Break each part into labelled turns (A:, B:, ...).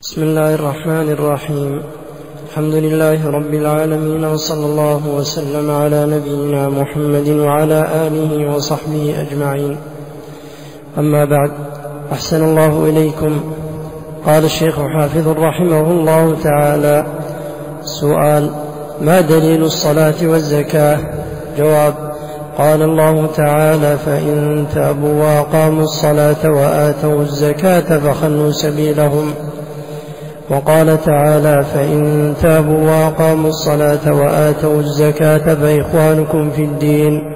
A: بسم الله الرحمن الرحيم. الحمد لله رب العالمين، وصلى الله وسلم على نبينا محمد وعلى آله وصحبه أجمعين. أما بعد، أحسن الله إليكم. قال الشيخ حافظ رحمه الله تعالى: سؤال: ما دليل الصلاة والزكاة؟ جواب: قال الله تعالى: فإن تابوا وأقاموا الصلاة وآتوا الزكاة فخلوا سبيلهم. وقال تعالى: فإن تابوا وأقاموا الصلاة وآتوا الزكاة فإخوانكم في الدين.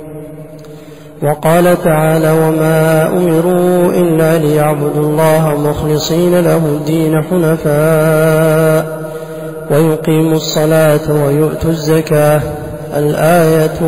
A: وقال تعالى: وما أمروا إلا ليعبدوا الله مخلصين له الدين حنفاء ويقيموا الصلاة ويؤتوا الزكاة. الآية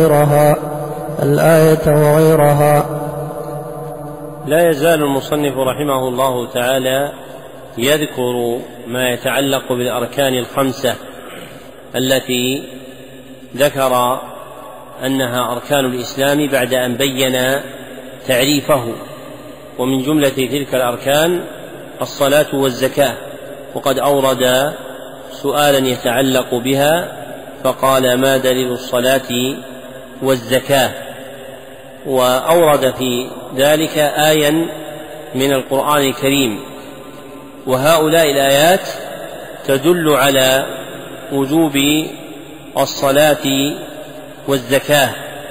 A: وغيرها.
B: لا يزال المصنف رحمه الله تعالى يذكر ما يتعلق بالأركان الخمسة التي ذكر أنها أركان الإسلام بعد أن بين تعريفه. ومن جملة تلك الأركان الصلاة والزكاة، وقد أورد سؤالا يتعلق بها فقال: ما دليل الصلاة والزكاة؟ وأورد في ذلك آية من القرآن الكريم، وهؤلاء الآيات تدل على وجوب الصلاة والزكاة،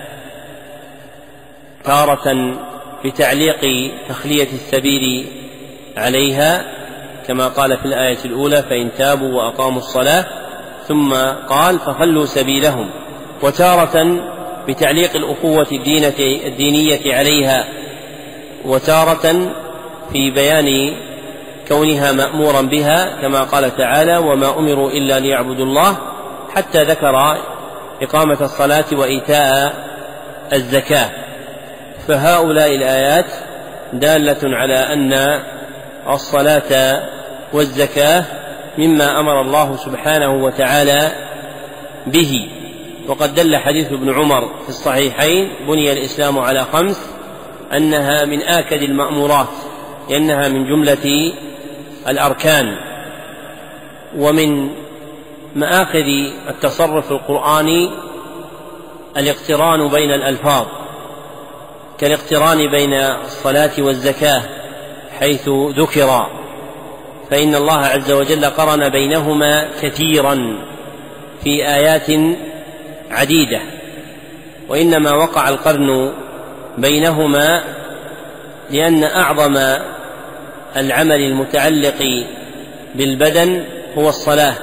B: تارة بتعليق تخلية السبيل عليها كما قال في الآية الأولى: فإن تابوا وأقاموا الصلاة، ثم قال: فخلوا سبيلهم، وتارة بتعليق الأخوة الدينية عليها، وتارة في بيان كونها مأمورا بها كما قال تعالى: وما أمروا إلا ليعبدوا الله، حتى ذكر إقامة الصلاة وإيتاء الزكاة. فهؤلاء الآيات دالة على أن الصلاة والزكاة مما أمر الله سبحانه وتعالى به. وقد دل حديث ابن عمر في الصحيحين: بني الإسلام على 5، أنها من آكد المأمورات، لأنها من جملة الأركان. ومن مآخذ التصرف القرآني الاقتران بين الألفاظ، كالاقتران بين الصلاة والزكاة حيث ذكر، فإن الله عز وجل قرن بينهما كثيرا في آيات عديدة، وإنما وقع القرن بينهما لأن أعظم العمل المتعلق بالبدن هو الصلاة،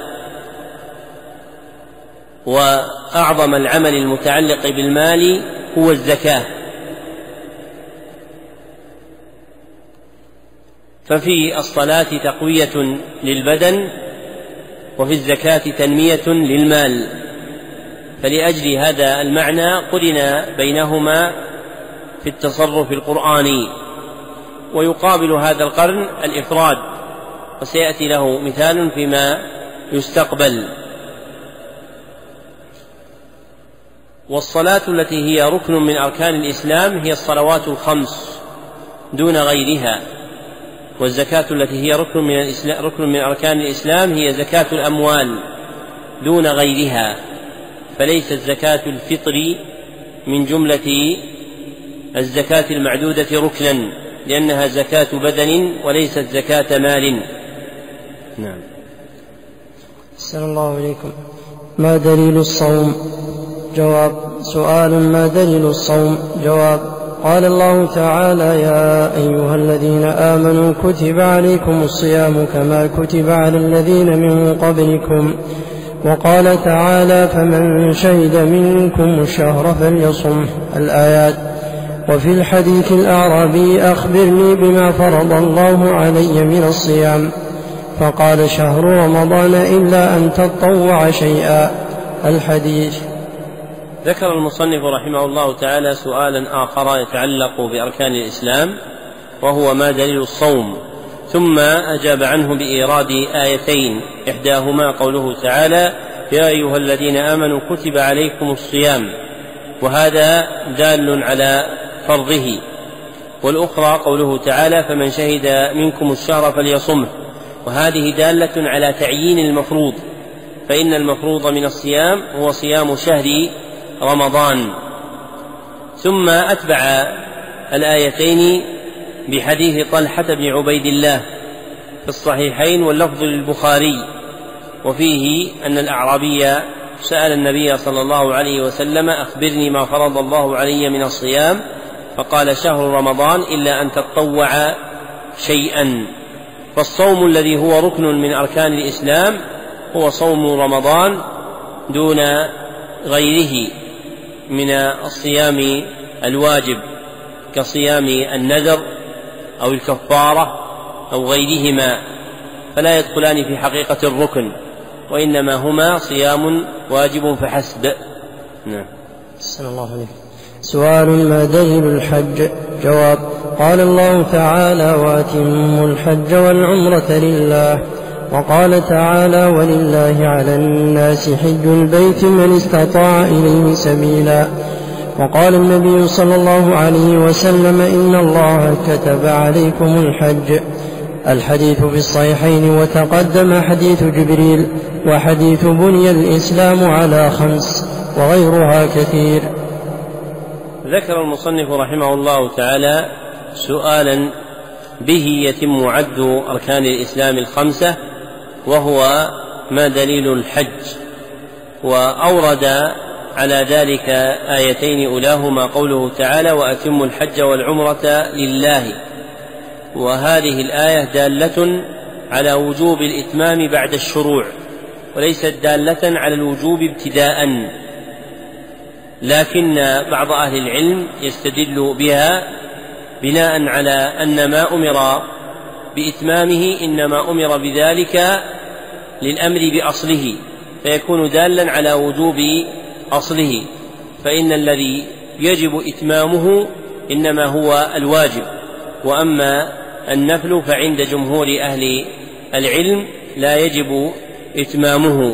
B: وأعظم العمل المتعلق بالمال هو الزكاة. ففي الصلاة تقوية للبدن، وفي الزكاة تنمية للمال، فلأجل هذا المعنى قرن بينهما في التصرف القرآني. ويقابل هذا القرن الإفراد، وسيأتي له مثال فيما يستقبل. والصلاة التي هي ركن من أركان الإسلام هي الصلوات الخمس دون غيرها، والزكاة التي هي ركن من أركان الإسلام هي زكاة الأموال دون غيرها، فليست زكاة الفطر من جملة الزكاة المعدودة ركنا، لأنها زكاة بدن وليست زكاة مال. نعم.
A: أحسن الله إليكم. ما دليل الصوم؟ جواب: سؤال: ما دليل الصوم؟ جواب: قال الله تعالى: يا أيها الذين آمنوا كتب عليكم الصيام كما كتب على الذين من قبلكم. وقال تعالى: فمن شهد منكم الشهر فليصمه. الآيات. وفي الحديث الأعرابي: أخبرني بما فرض الله علي من الصيام، فقال: شهر رمضان إلا أن تطوع شيئا. الحديث.
B: ذكر المصنف رحمه الله تعالى سؤالا آخر يتعلق بأركان الإسلام، وهو: ما دليل الصوم؟ ثم أجاب عنه بإيراد آيتين، إحداهما قوله تعالى: يا أيها الذين آمنوا كتب عليكم الصيام، وهذا دال على فرضه، والأخرى قوله تعالى: فمن شهد منكم الشهر فليصمه، وهذه دالة على تعيين المفروض، فإن المفروض من الصيام هو صيام شهر رمضان. ثم أتبع الآيتين بحديث طلحة بن عبيد الله في الصحيحين واللفظ للبخاري، وفيه أن الأعرابي سأل النبي صلى الله عليه وسلم: أخبرني ما فرض الله علي من الصيام؟ فقال: شهر رمضان إلا أن تطوع شيئا. فالصوم الذي هو ركن من أركان الإسلام هو صوم رمضان دون غيره من الصيام الواجب كصيام النذر أو الكفارة أو غيرهما، فلا يدخلان في حقيقة الركن، وإنما هما صيام واجب فحسب. نعم.
A: السلام الله عليكم. سؤال: ما دليل الحج؟ جواب: قال الله تعالى: وأتموا الحج والعمرة لله. وقال تعالى: ولله على الناس حج البيت من استطاع إليه سبيلا. وقال النبي صلى الله عليه وسلم: إن الله كتب عليكم الحج. الحديث في الصحيحين، وتقدم حديث جبريل وحديث بني الإسلام على 5 وغيرها كثير.
B: ذكر المصنف رحمه الله تعالى سؤالا به يتم عد أركان الإسلام 5، وهو ما دليل الحج، وأورد على ذلك آيتين أولاهما قوله تعالى: وأتموا الحج والعمرة لله. وهذه الآية دالة على وجوب الإتمام بعد الشروع، وليست دالة على الوجوب ابتداء، لكن بعض أهل العلم يستدل بها بناء على أن ما أمر بإتمامه إنما أمر بذلك للأمر بأصله، فيكون دالا على وجوب أصله، فإن الذي يجب إتمامه إنما هو الواجب، وأما النفل فعند جمهور أهل العلم لا يجب إتمامه.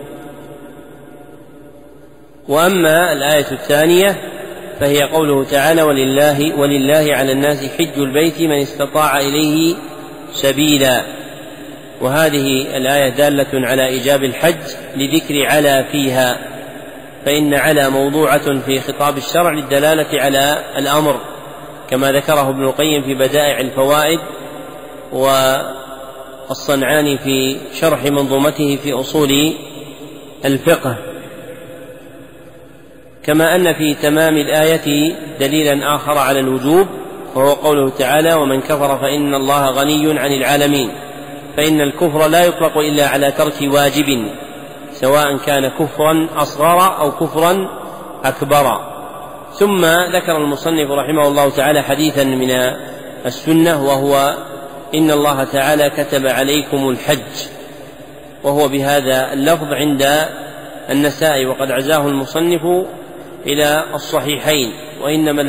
B: وأما الآية الثانية فهي قوله تعالى: ولله على الناس حج البيت من استطاع إليه سبيلا. وهذه الآية دالة على إيجاب الحج لذكر على فيها، فإن على موضوعة في خطاب الشرع للدلالة على الأمر، كما ذكره ابن القيم في بدائع الفوائد، والصنعاني في شرح منظومته في أصول الفقه. كما أن في تمام الآية دليلا آخر على الوجوب، وهو قوله تعالى: ومن كفر فإن الله غني عن العالمين. فإن الكفر لا يطلق إلا على ترك واجب، سواء كان كفرا أصغر أو كفرا أكبر. ثم ذكر المصنف رحمه الله تعالى حديثا من السنة، وهو: إن الله تعالى كتب عليكم الحج، وهو بهذا اللفظ عند النسائي، وقد عزاه المصنف إلى الصحيحين. وإنما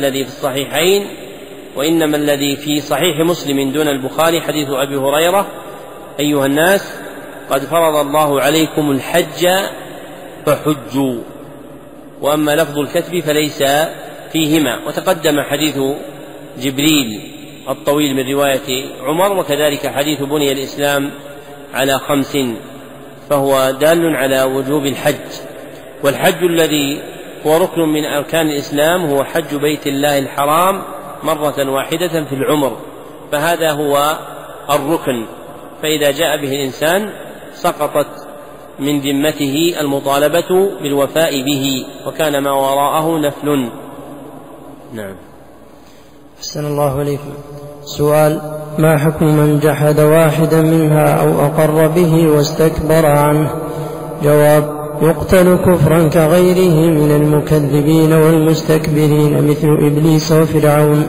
B: الذي في صحيح مسلم دون البخاري حديث أبي هريرة: أيها الناس قد فرض الله عليكم الحج فحجوا. وأما لفظ الكتب فليس فيهما. وتقدم حديث جبريل الطويل من رواية عمر، وكذلك حديث بني الإسلام على 5، فهو دال على وجوب الحج. والحج الذي هو ركن من أركان الإسلام هو حج بيت الله الحرام مرة واحدة في العمر، فهذا هو الركن، فإذا جاء به الإنسان سقطت من ذمته المطالبة بالوفاء به، وكان ما وراءه نفل. نعم.
A: أحسن الله عليكم. سؤال: ما حكم من جحد واحدا منها أو أقر به واستكبر عنه؟ جواب: يقتل كفرا كغيره من المكذبين والمستكبرين مثل إبليس وفرعون.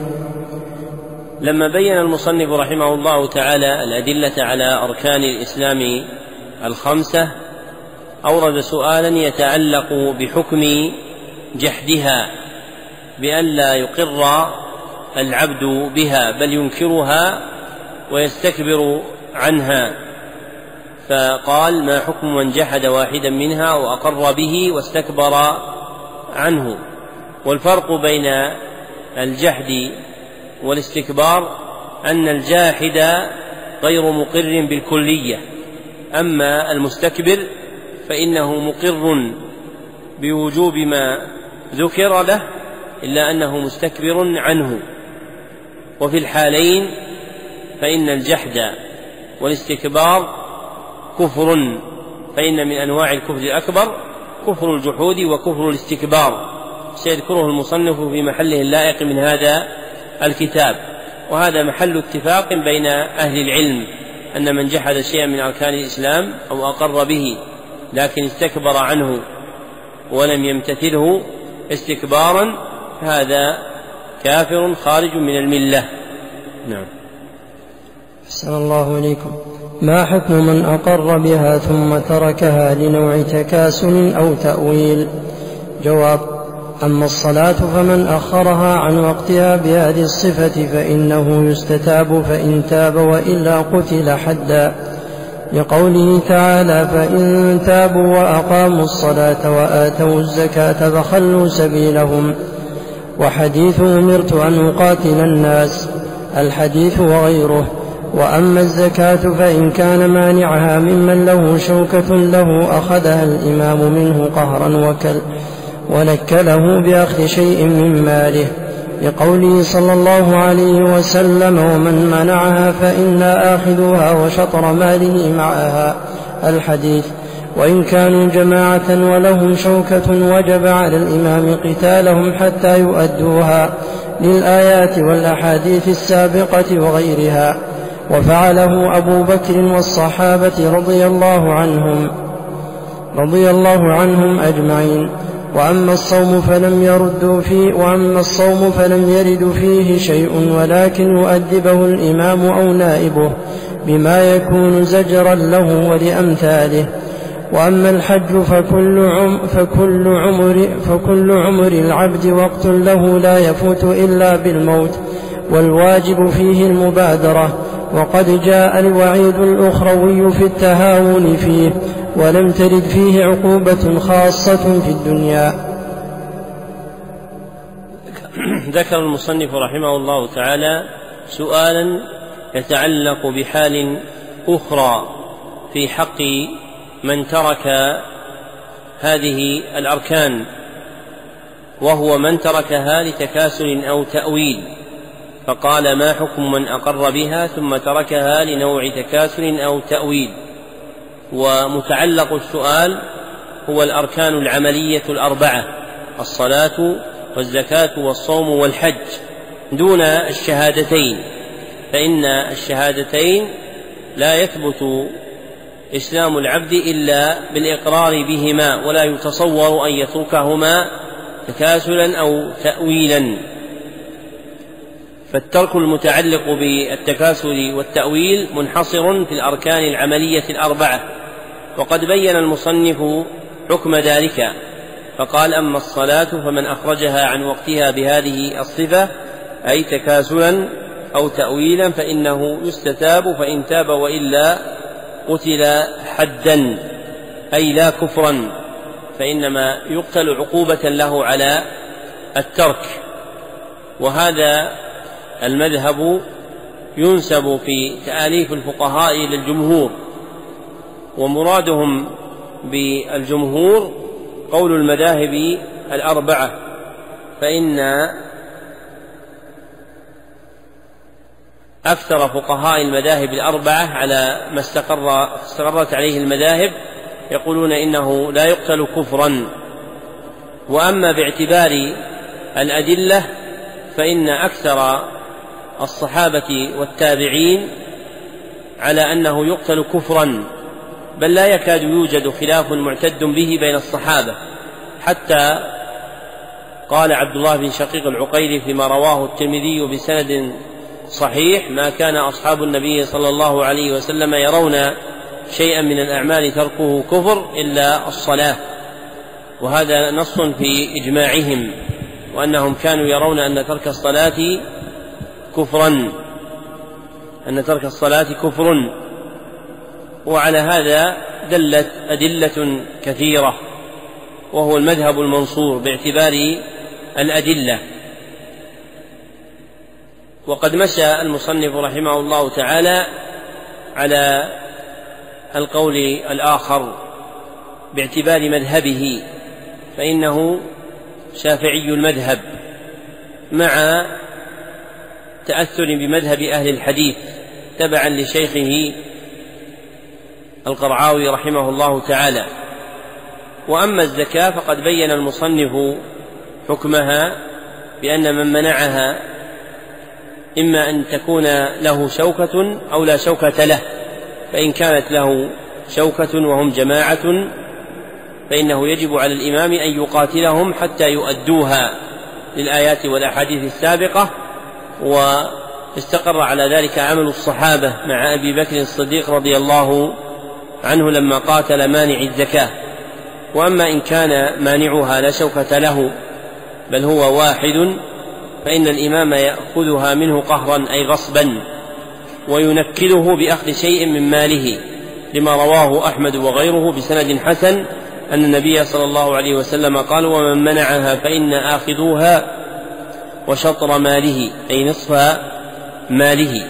B: لما بين المصنف رحمه الله تعالى الأدلة على أركان الإسلام 5، أورد سؤالا يتعلق بحكم جحدها، بألا يقر العبد بها بل ينكرها ويستكبر عنها. فقال: ما حكم من جحد واحدا منها وأقر به واستكبر عنه؟ والفرق بين الجحد والاستكبار أن الجاحد غير مقر بالكلية. أما المستكبر فإنه مقر بوجوب ما ذكر له إلا أنه مستكبر عنه. وفي الحالين فإن الجحد والاستكبار كفر، فإن من أنواع الكفر الأكبر كفر الجحود وكفر الاستكبار، سيذكره المصنف في محله اللائق من هذا الكتاب. وهذا محل اتفاق بين أهل العلم أن من جحد شيئا من أركان الإسلام أو أقر به لكن استكبر عنه ولم يمتثله استكبارا هذا كافر خارج من الملة. نعم.
A: أحسن الله إليكم. ما حكم من أقر بها ثم تركها لنوع تكاسل أو تأويل؟ جواب: أما الصلاة فمن أخرها عن وقتها بهذه الصفة فإنه يستتاب فإن تاب وإلا قتل حدا، لقوله تعالى: فإن تابوا وأقاموا الصلاة وآتوا الزكاة فخلوا سبيلهم، وحديث أمرت أن أقاتل الناس الحديث وغيره. وأما الزكاة فإن كان مانعها ممن له شوكة له أخذها الإمام منه قهرا ونكله بأخذ شيء من ماله، لقوله صلى الله عليه وسلم: ومن منعها فإنا آخذها وشطر ماله معها الحديث. وإن كانوا جماعة ولهم شوكة وجب على الإمام قتالهم حتى يؤدوها للآيات والأحاديث السابقة وغيرها، وفعله أبو بكر والصحابة رضي الله عنهم أجمعين. وأما الصوم فلم يرد فيه شيء ولكن يؤدبه الإمام أو نائبه بما يكون زجرا له ولأمثاله. وأما الحج فكل عمر العبد وقت له لا يفوت إلا بالموت، والواجب فيه المبادرة، وقد جاء الوعيد الأخروي في التهاون فيه، ولم ترد فيه عقوبة خاصة في الدنيا.
B: ذكر المصنف رحمه الله تعالى سؤالا يتعلق بحال أخرى في حق من ترك هذه الأركان، وهو من تركها لتكاسل أو تأويل، فقال: ما حكم من أقر بها ثم تركها لنوع تكاسل أو تأويل؟ ومتعلق السؤال هو الأركان العملية الأربعة: الصلاة والزكاة والصوم والحج، دون الشهادتين، فإن الشهادتين لا يثبت إسلام العبد إلا بالإقرار بهما، ولا يتصور أن يتركهما تكاسلا أو تأويلا. فالترك المتعلق بالتكاسل والتأويل منحصر في الأركان العملية الأربعة، وقد بين المصنف حكم ذلك فقال: أما الصلاة فمن أخرجها عن وقتها بهذه الصفة أي تكاسلا أو تأويلا فإنه يستتاب فإن تاب وإلا قتل حدا، أي لا كفرا، فإنما يقتل عقوبة له على الترك. وهذا المذهب ينسب في تآليف الفقهاء إلى الجمهور، ومرادهم بالجمهور قول المذاهب الأربعة، فإن أكثر فقهاء المذاهب الأربعة على ما استقرت عليه المذاهب يقولون إنه لا يقتل كفرا. وأما باعتبار الأدلة فإن أكثر الصحابة والتابعين على أنه يقتل كفرا، بل لا يكاد يوجد خلاف معتد به بين الصحابة، حتى قال عبد الله بن شقيق العقيلي فيما رواه الترمذي بسند صحيح: ما كان أصحاب النبي صلى الله عليه وسلم يرون شيئا من الأعمال تركه كفر إلا الصلاة. وهذا نص في إجماعهم، وأنهم كانوا يرون أن ترك الصلاة كفر، وعلى هذا دلت أدلة كثيرة، وهو المذهب المنصور باعتبار الأدلة. وقد مشى المصنف رحمه الله تعالى على القول الآخر باعتبار مذهبه فإنه شافعي المذهب مع تأثر بمذهب أهل الحديث تبعا لشيخه القرعاوي رحمه الله تعالى. وأما الزكاة فقد بين المصنف حكمها بأن من منعها إما أن تكون له شوكة أو لا شوكة له، فإن كانت له شوكة وهم جماعة فإنه يجب على الإمام أن يقاتلهم حتى يؤدوها للآيات والأحاديث السابقة. واستقر على ذلك عمل الصحابة مع أبي بكر الصديق رضي الله عنه لما قاتل مانع الزكاة. وأما إن كان مانعها لا شوكة له بل هو واحد فإن الإمام يأخذها منه قهرا أي غصبا وينكله بأخذ شيء من ماله، لما رواه أحمد وغيره بسند حسن أن النبي صلى الله عليه وسلم قال: ومن منعها فإن آخذوها وشطر ماله أي نصف ماله.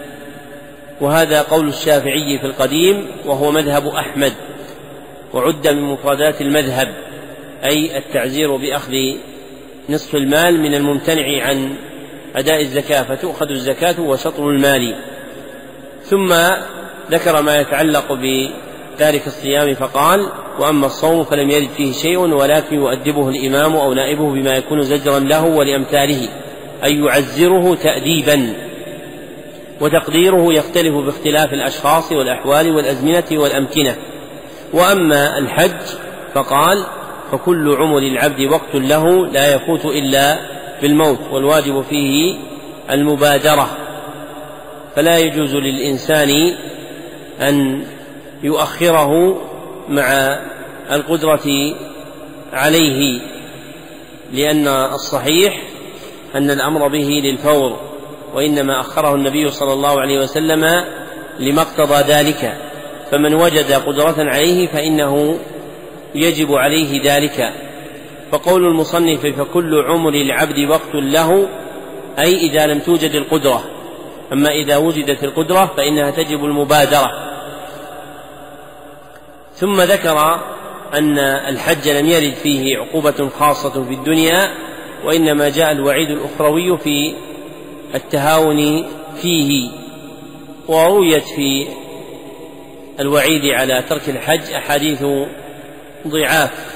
B: وهذا قول الشافعي في القديم وهو مذهب أحمد، وعد من مفردات المذهب أي التعزير بأخذ نصف المال من الممتنع عن أداء الزكاة فتؤخذ الزكاة وشطر المال. ثم ذكر ما يتعلق بتارك الصيام فقال: وأما الصوم فلم يرد فيه شيء ولكن يؤدبه الإمام أو نائبه بما يكون زجرا له ولأمثاله، أي يعزره تأديبا، وتقديره يختلف باختلاف الأشخاص والأحوال والأزمنة والأمكنة. وأما الحج فقال: فكل عمر العبد وقت له لا يفوت إلا بالموت، والواجب فيه المبادرة، فلا يجوز للإنسان أن يؤخره مع القدرة عليه، لأن الصحيح أن الأمر به للفور، وإنما أخره النبي صلى الله عليه وسلم لما اقتضى ذلك، فمن وجد قدرة عليه فإنه يجب عليه ذلك. فقول المصنف: فكل عمر العبد وقت له، أي إذا لم توجد القدرة، أما إذا وجدت القدرة فإنها تجب المبادرة. ثم ذكر أن الحج لم يرد فيه عقوبة خاصة في الدنيا، وإنما جاء الوعيد الأخروي في التهاون فيه. ورويت في الوعيد على ترك الحج أحاديث ضعاف،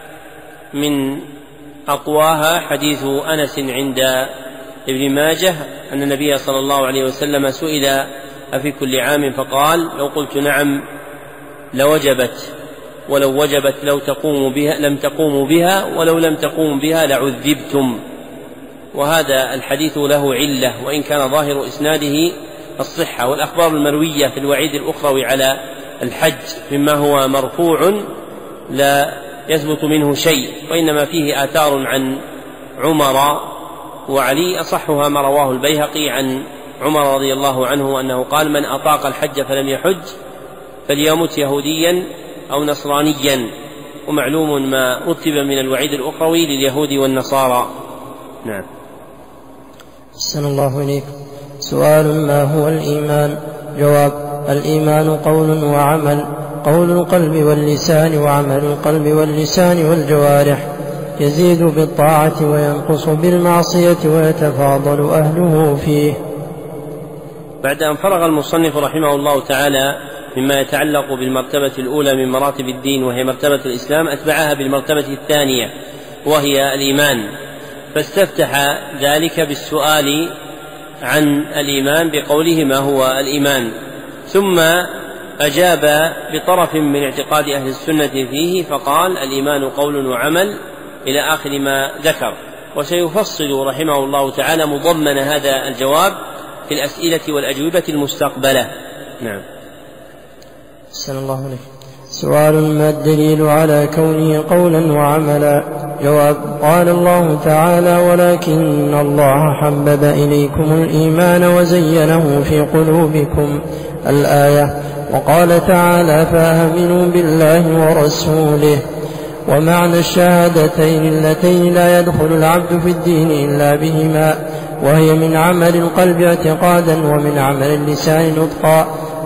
B: من أقواها حديث أنس عند ابن ماجه أن النبي صلى الله عليه وسلم سئل: أفي كل عام؟ فقال: لو قلت نعم لوجبت، ولو وجبت لم تقوموا بها، ولو لم تقوموا بها لعذبتم. وهذا الحديث له علة، وإن كان ظاهر إسناده الصحة. والأخبار المروية في الوعيد الأخروي على الحج مما هو مرفوع لا يثبت منه شيء، وإنما فيه آثار عن عمر وعلي، أصحها ما رواه البيهقي عن عمر رضي الله عنه أنه قال: من أطاق الحج فلم يحج فليمت يهوديا أو نصرانيا. ومعلوم ما رتب من الوعيد الأخروي لليهود والنصارى. نعم.
A: أحسن الله إليك. سؤال: ما هو الإيمان؟ جواب: الإيمان قول وعمل، قول القلب واللسان، وعمل القلب واللسان والجوارح، يزيد بالطاعة وينقص بالمعصية ويتفاضل أهله فيه.
B: بعد أن فرغ المصنف رحمه الله تعالى مما يتعلق بالمرتبة الأولى من مراتب الدين وهي مرتبة الإسلام، أتبعها بالمرتبة الثانية وهي الإيمان، فاستفتح ذلك بالسؤال عن الإيمان بقوله: ما هو الإيمان؟ ثم أجاب بطرف من اعتقاد أهل السنة فيه فقال: الإيمان قول وعمل إلى آخر ما ذكر. وسيفصل رحمه الله تعالى مضمن هذا الجواب في الأسئلة والأجوبة المستقبلة. نعم.
A: أحسن الله عليك. سؤال: ما الدليل على كونه قولا وعملا؟ جواب: قال الله تعالى: ولكن الله حبب إليكم الإيمان وزينه في قلوبكم، الآية. وقال تعالى: فآمنوا بالله ورسوله. ومعنى الشهادتين اللتين لا يدخل العبد في الدين إلا بهما، وهي من عمل القلب اعتقادا ومن عمل اللسان نطقا،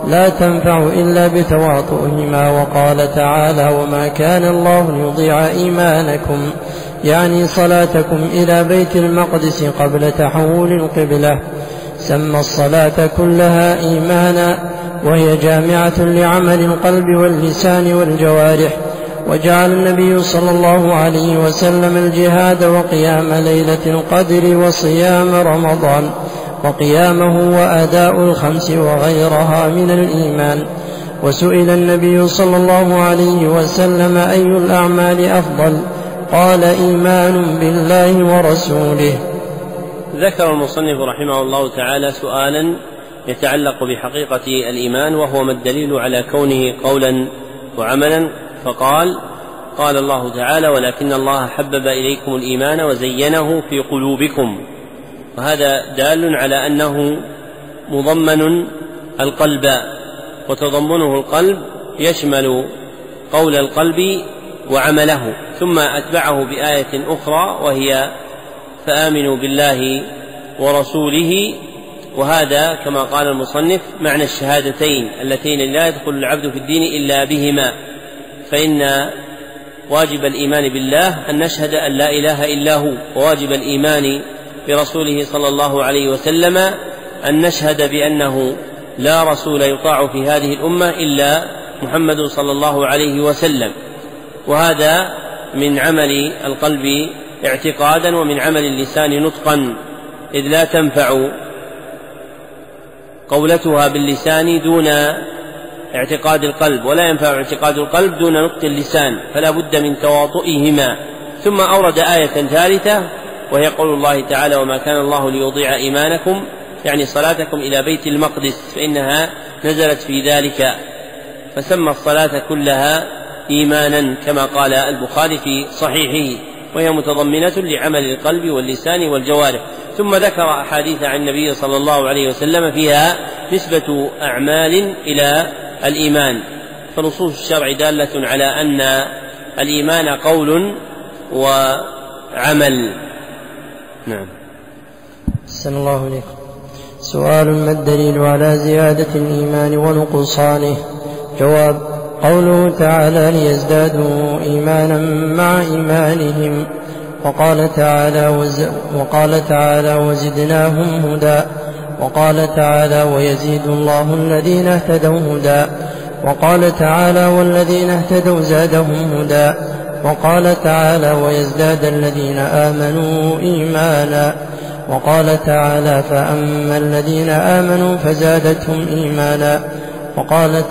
A: لا تنفع إلا بتواطؤهما. وقال تعالى: وما كان الله ليضيع إيمانكم، يعني صلاتكم إلى بيت المقدس قبل تحول القبلة. سمى الصلاة كلها إيمانا، وهي جامعة لعمل القلب واللسان والجوارح. وجعل النبي صلى الله عليه وسلم الجهاد وقيام ليلة القدر وصيام رمضان وقيامه وأداء الخمس وغيرها من الإيمان. وسئل النبي صلى الله عليه وسلم: أي الأعمال أفضل؟ قال: إيمان بالله ورسوله.
B: ذكر المصنف رحمه الله تعالى سؤالا يتعلق بحقيقة الإيمان، وهو ما الدليل على كونه قولا وعملا، فقال: قال الله تعالى: ولكن الله حبب إليكم الإيمان وزينه في قلوبكم. وهذا دال على أنه مضمن القلب، وتضمنه القلب يشمل قول القلب وعمله. ثم أتبعه بآية أخرى وهي: فآمنوا بالله ورسوله. وهذا كما قال المصنف معنى الشهادتين اللتين لا يدخل العبد في الدين إلا بهما. فإن واجب الإيمان بالله أن نشهد أن لا إله إلا هو، وواجب الإيمان برسوله صلى الله عليه وسلم أن نشهد بأنه لا رسول يطاع في هذه الأمة إلا محمد صلى الله عليه وسلم. وهذا من عمل القلب اعتقادا ومن عمل اللسان نطقا، إذ لا تنفع قولتها باللسان دون اعتقاد القلب، ولا ينفع اعتقاد القلب دون نطق اللسان، فلا بد من تواطؤهما. ثم أورد آية ثالثة وهي قول الله تعالى: وما كان الله ليضيع إيمانكم، يعني صلاتكم إلى بيت المقدس، فإنها نزلت في ذلك. فسمى الصلاة كلها إيمانا كما قال البخاري في صحيحه، وهي متضمنة لعمل القلب واللسان والجوارح. ثم ذكر أحاديث عن النبي صلى الله عليه وسلم فيها نسبة أعمال إلى الإيمان. فنصوص الشرع دالة على أن الإيمان قول وعمل. نعم.
A: أحسن الله إليكم. سؤال: ما الدليل على زيادة الإيمان ونقصانه؟ جواب: قوله تعالى: ليزدادوا إيمانا مع إيمانهم. وقال تعالى: وزدناهم هدى. وقال تعالى: ويزيد الله الذين اهتدوا هدى. وقال تعالى: والذين اهتدوا زادهم هدى. وقال تعالى: ويزداد الذين آمنوا إيمانا. وقال تعالى: فأما الذين آمنوا فزادتهم إيمانا. وقال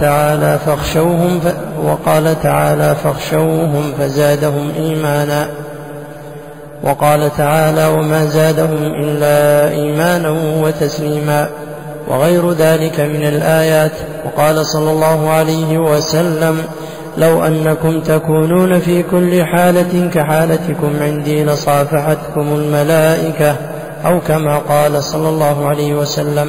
A: تعالى: فاخشوهم فزادهم إيمانا. وقال تعالى: وما زادهم إلا إيمانا وتسليما، وغير ذلك من الآيات. وقال صلى الله عليه وسلم: لو أنكم تكونون في كل حالة كحالتكم عندي لصافحتكم الملائكة، أو كما قال صلى الله عليه وسلم.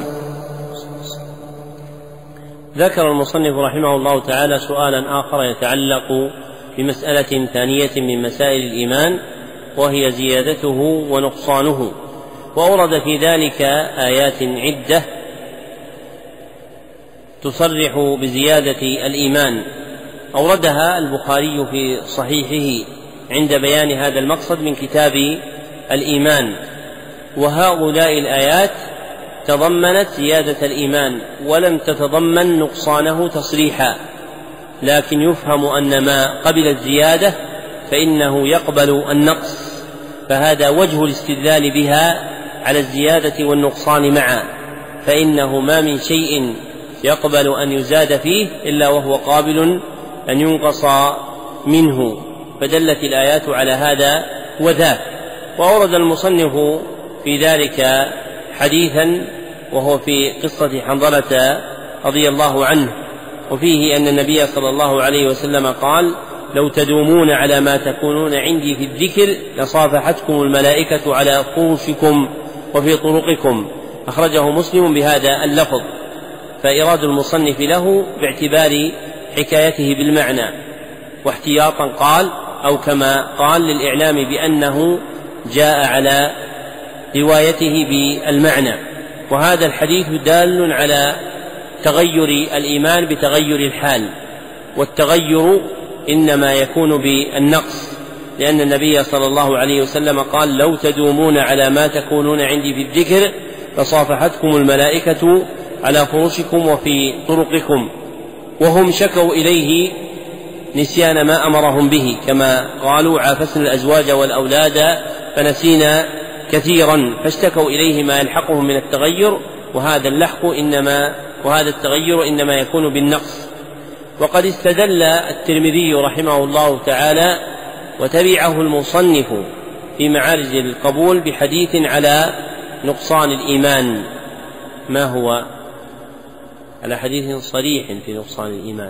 B: ذكر المصنف رحمه الله تعالى سؤالا آخر يتعلق بمسألة ثانية من مسائل الإيمان، وهي زيادته ونقصانه. وأورد في ذلك آيات عدة تصرح بزيادة الإيمان. أوردها البخاري في صحيحه عند بيان هذا المقصد من كتاب الإيمان. وهؤلاء الآيات تضمنت زيادة الإيمان ولم تتضمن نقصانه تصريحا، لكن يفهم أن ما قبل الزيادة فإنه يقبل النقص، فهذا وجه الاستدلال بها على الزيادة والنقصان معا، فإنه ما من شيء يقبل أن يزاد فيه إلا وهو قابل أن ينقص منه، فدلت الآيات على هذا وذاك. وأورد المصنف في ذلك حديثا وهو في قصة حنظلة رضي الله عنه، وفيه أن النبي صلى الله عليه وسلم قال: لو تدومون على ما تكونون عندي في الذكر لصافحتكم الملائكة على فرشكم وفي طرقكم. أخرجه مسلم بهذا اللفظ، فإراد المصنف له باعتبار حكايته بالمعنى، واحتياطا قال أو كما قال للإعلام بأنه جاء على روايته بالمعنى. وهذا الحديث دال على تغير الإيمان بتغير الحال، والتغير إنما يكون بالنقص، لأن النبي صلى الله عليه وسلم قال: لو تدومون على ما تكونون عندي في الذكر فصافحتكم الملائكة على فرشكم وفي طرقكم. وهم شكوا إليه نسيان ما أمرهم به، كما قالوا: عافسنا الأزواج والأولاد فنسينا كثيرا، فاشتكوا إليه ما يلحقهم من التغير، وهذا التغير إنما يكون بالنقص. وقد استدل الترمذي رحمه الله تعالى وتبعه المصنف في معارج القبول بحديث على نقصان الإيمان. ما هو؟ على حديث صريح في نقصان الإيمان.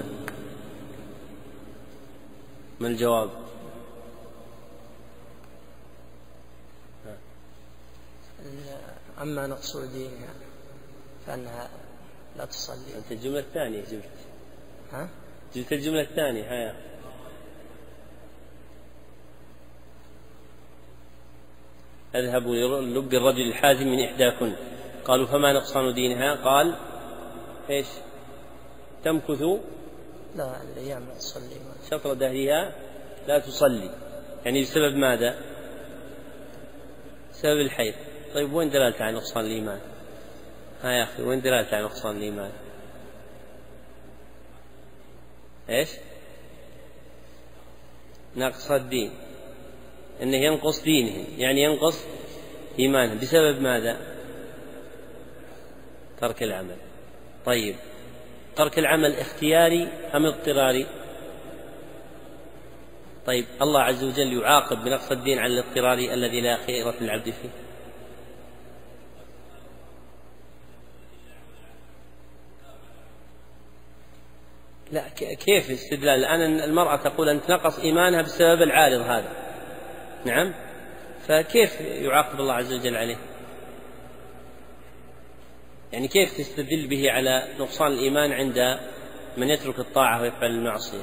B: ما الجواب؟
A: أما نقص دينها فأنها لا تصلي.
B: أنت الجملة الثانية جبت الجملة الثانية. هيا اذهبوا للب الرجل الحازم من إحداكن. قالوا: فما نقصان دينها؟ قال: إيش؟ تمكث
A: لا الأيام لا تصلي،
B: شطر دهرها لا تصلي، يعني بسبب ماذا؟ سبب الحيض. طيب وين دلالة على نقصان الإيمان؟ يا أخي وين دلالة على نقصان الإيمان؟ إيش؟ نقص الدين، إنه ينقص دينه، يعني ينقص إيمانه بسبب ماذا؟ ترك العمل. طيب ترك العمل اختياري أم اضطراري؟ طيب الله عز وجل يعاقب بنقص الدين على الاضطراري الذي لا خيرة للعبد فيه؟ لا، كيف استدلال؟ الآن المرأة تقول أن نقص إيمانها بسبب العارض هذا، نعم، فكيف يعاقب الله عز وجل عليه؟ يعني كيف تستدل به على نقصان الإيمان عند من يترك الطاعة ويفعل المعصية؟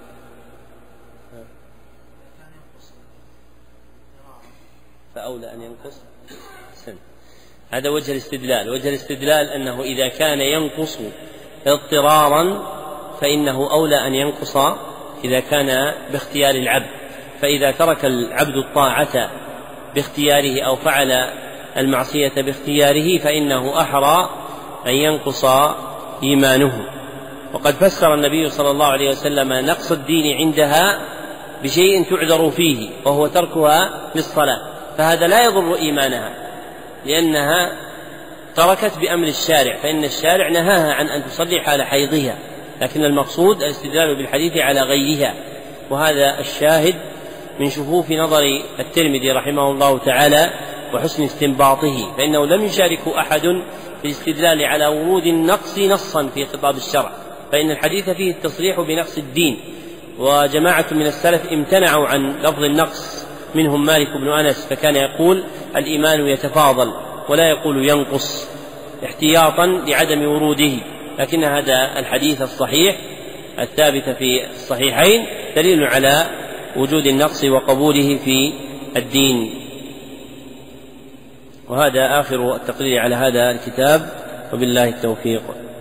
B: فأولى أن ينقص سن. هذا وجه الاستدلال. وجه الاستدلال أنه إذا كان ينقص اضطرارا فإنه أولى أن ينقص إذا كان باختيار العبد. فإذا ترك العبد الطاعة باختياره أو فعل المعصية باختياره فإنه أحرى أن ينقص إيمانه. وقد فسر النبي صلى الله عليه وسلم نقص الدين عندها بشيء تعذر فيه وهو تركها للصلاة، فهذا لا يضر إيمانها لأنها تركت بأمر الشارع، فإن الشارع نهاها عن أن تصلي حال حيضها، لكن المقصود الاستدلال بالحديث على غيرها. وهذا الشاهد من شفوف نظر الترمذي رحمه الله تعالى وحسن استنباطه، فإنه لم يشاركه أحد في الاستدلال على ورود النقص نصا في خطاب الشرع، فإن الحديث فيه التصريح بنقص الدين. وجماعة من السلف امتنعوا عن لفظ النقص، منهم مالك بن أنس، فكان يقول الإيمان يتفاضل ولا يقول ينقص احتياطا لعدم وروده. لكن هذا الحديث الصحيح الثابت في الصحيحين دليل على وجود النقص وقبوله في الدين. وهذا آخر التقرير على هذا الكتاب، وبالله التوفيق.